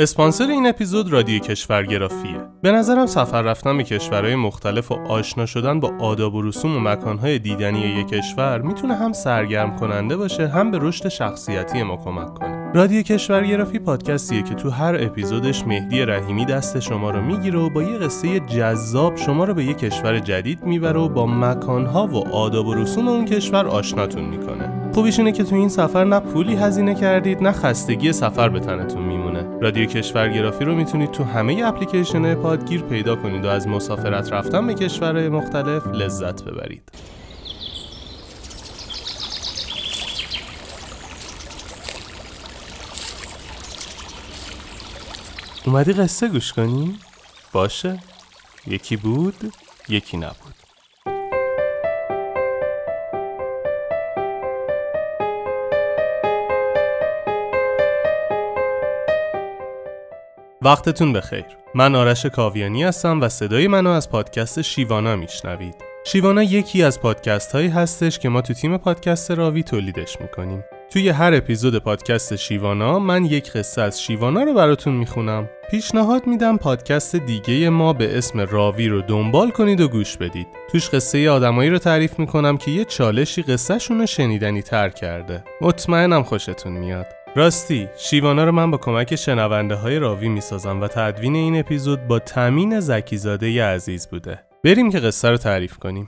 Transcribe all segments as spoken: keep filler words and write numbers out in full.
اسپانسر این اپیزود رادیو کشورگرافیه. به نظرم سفر رفتن به کشورهای مختلف و آشنا شدن با آداب و رسوم و مکانهای دیدنی یک کشور میتونه هم سرگرم کننده باشه، هم به رشد شخصیتی ما کمک کنه. رادیو کشورگرافی پادکستیه که تو هر اپیزودش مهدی رحیمی دست شما رو میگیره و با یه قصه جذاب شما رو به یک کشور جدید میبره و با مکانها و آداب و رسوم اون کشور آشناتون میکنه. خوبیش اینه که تو این سفر نه پولی هزینه کردید نه خستگی سفر به تنتون میمونه. رادیو کشورگرافی رو میتونید تو همه اپلیکیشن‌های پادگیر پیدا کنید و از مسافرت رفتن به کشورهای مختلف لذت ببرید. اومدی قصه گوش کنی؟ باشه. یکی بود، یکی نبود. وقتتون بخیر. من آرش کاویانی هستم و صدای منو از پادکست شیوانا میشنوید. شیوانا یکی از پادکست هایی هستش که ما تو تیم پادکست راوی تولیدش میکنیم. توی هر اپیزود پادکست شیوانا من یک قصه از شیوانا رو براتون میخونم. پیشنهاد میدم پادکست دیگه ما به اسم راوی رو دنبال کنید و گوش بدید. توش قصه آدمایی رو تعریف میکنم که یه چالشی قصه شون رو شنیدنی تر کرده. مطمئنم خوشتون میاد. راستی شیوانا رو من با کمک شنونده های راوی میسازم و تدوین این اپیزود با تامین زکیزاده ی عزیز بوده. بریم که قصه رو تعریف کنیم.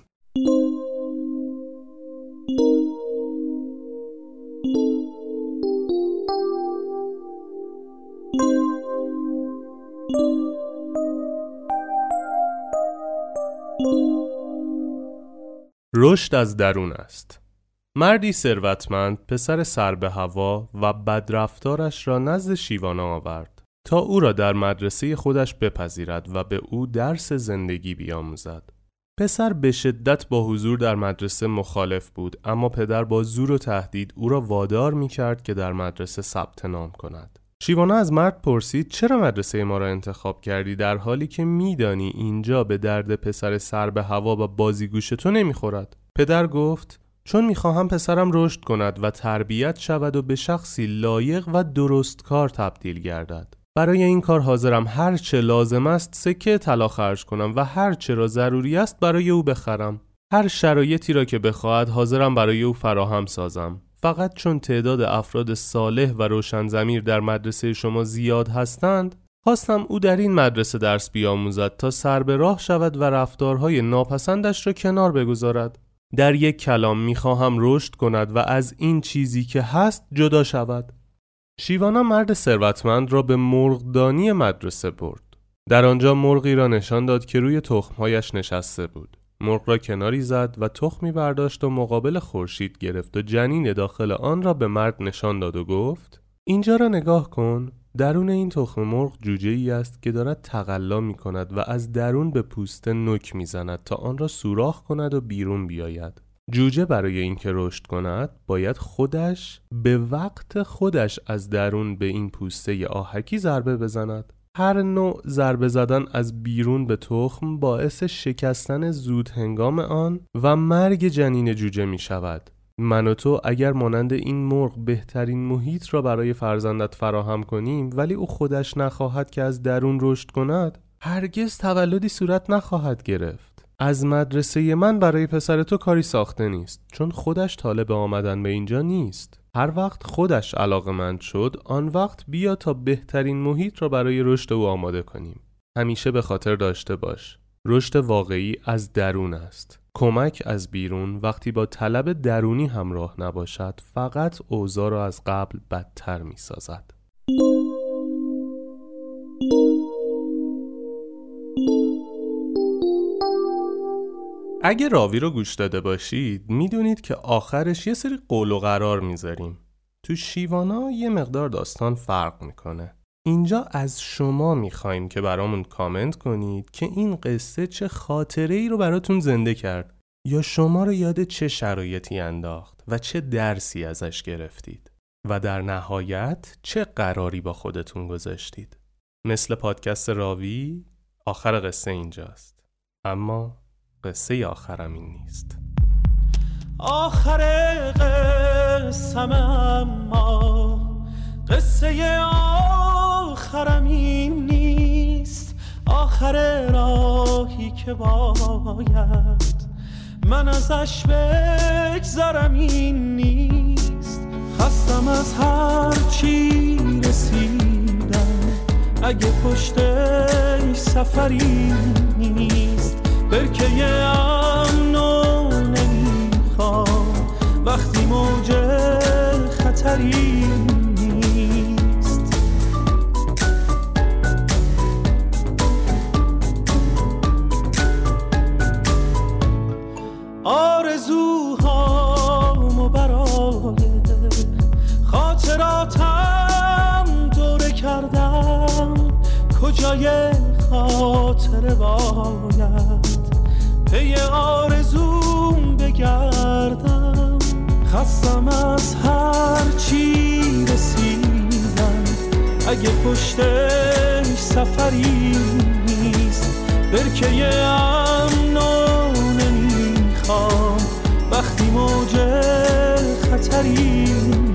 رشد از درون است. مردی ثروتمند پسر سر به هوا و بدرفتارش را نزد شیوانا آورد تا او را در مدرسه خودش بپذیرد و به او درس زندگی بیاموزد. پسر به شدت با حضور در مدرسه مخالف بود، اما پدر با زور و تهدید او را وادار می‌کرد که در مدرسه ثبت نام کند. شیوانا از مرد پرسید چرا مدرسه ما را انتخاب کردی در حالی که می‌دانی اینجا به درد پسر سر به هوا و بازیگوش تو نمی‌خورد؟ پدر گفت چون میخواهم پسرم رشد کند و تربیت شود و به شخصی لایق و درست کار تبدیل گردد. برای این کار حاضرم هر چه لازم است سکه طلا خرج کنم و هر چه را ضروری است برای او بخرم. هر شرایطی را که بخواهد حاضرم برای او فراهم سازم. فقط چون تعداد افراد صالح و روشن ضمیر در مدرسه شما زیاد هستند، خواستم او در این مدرسه درس بیاموزد تا سر به راه شود و رفتارهای ناپسندش را کنار بگذارد. در یک کلام میخواهم رشد کند و از این چیزی که هست جدا شود. شیوانا مرد ثروتمند را به مرغدانی مدرسه برد. در آنجا مرغی را نشان داد که روی تخمهایش نشسته بود. مرغ را کناری زد و تخمی برداشت و مقابل خورشید گرفت و جنین داخل آن را به مرد نشان داد و گفت اینجا را نگاه کن. درون این تخم مرغ جوجه‌ای است که دارد تقلا می کند و از درون به پوست نوک می زند تا آن را سوراخ کند و بیرون بیاید. جوجه برای اینکه رشد کند باید خودش به وقت خودش از درون به این پوسته آهکی ضربه بزند. هر نوع ضربه زدن از بیرون به تخم باعث شکستن زود هنگام آن و مرگ جنین جوجه می شود. من و تو اگر مانند این مرغ بهترین محیط را برای فرزندت فراهم کنیم ولی او خودش نخواهد که از درون رشد کند، هرگز تولدی صورت نخواهد گرفت. از مدرسه من برای پسر تو کاری ساخته نیست، چون خودش طالب آمدن به اینجا نیست. هر وقت خودش علاقه‌مند شد، آن وقت بیا تا بهترین محیط را برای رشد او آماده کنیم. همیشه به خاطر داشته باش، رشد واقعی از درون است. کمک از بیرون وقتی با طلب درونی همراه نباشد فقط اوضاع را از قبل بدتر می سازد. اگه راوی رو گوش داده باشید میدونید که آخرش یه سری قول و قرار میذاریم. تو شیوانا یه مقدار داستان فرق میکنه. اینجا از شما میخوایم که برامون کامنت کنید که این قصه چه خاطره ای رو براتون زنده کرد یا شما رو یاد چه شرایطی انداخت و چه درسی ازش گرفتید و در نهایت چه قراری با خودتون گذاشتید. مثل پادکست راوی آخر قصه اینجاست، اما قصه آخرم این نیست. آخر قصه اما قصه آخرم این نیست، آخر راهی که باید من ازش بگذرم این نیست. خستم از هر چی رسیدم، اگه پشتش سفری نیست. برکه امنو نمیخوام وقتی موج خطری نیست. آرزوهامو برای خاطراتم دوره کردم، کجای خاطره باید پی آرزوم بگردم. خستم از هر چی رسیدم، اگه پشتش سفری نیست. برکه امنو نمیخوام وقتی موج خطری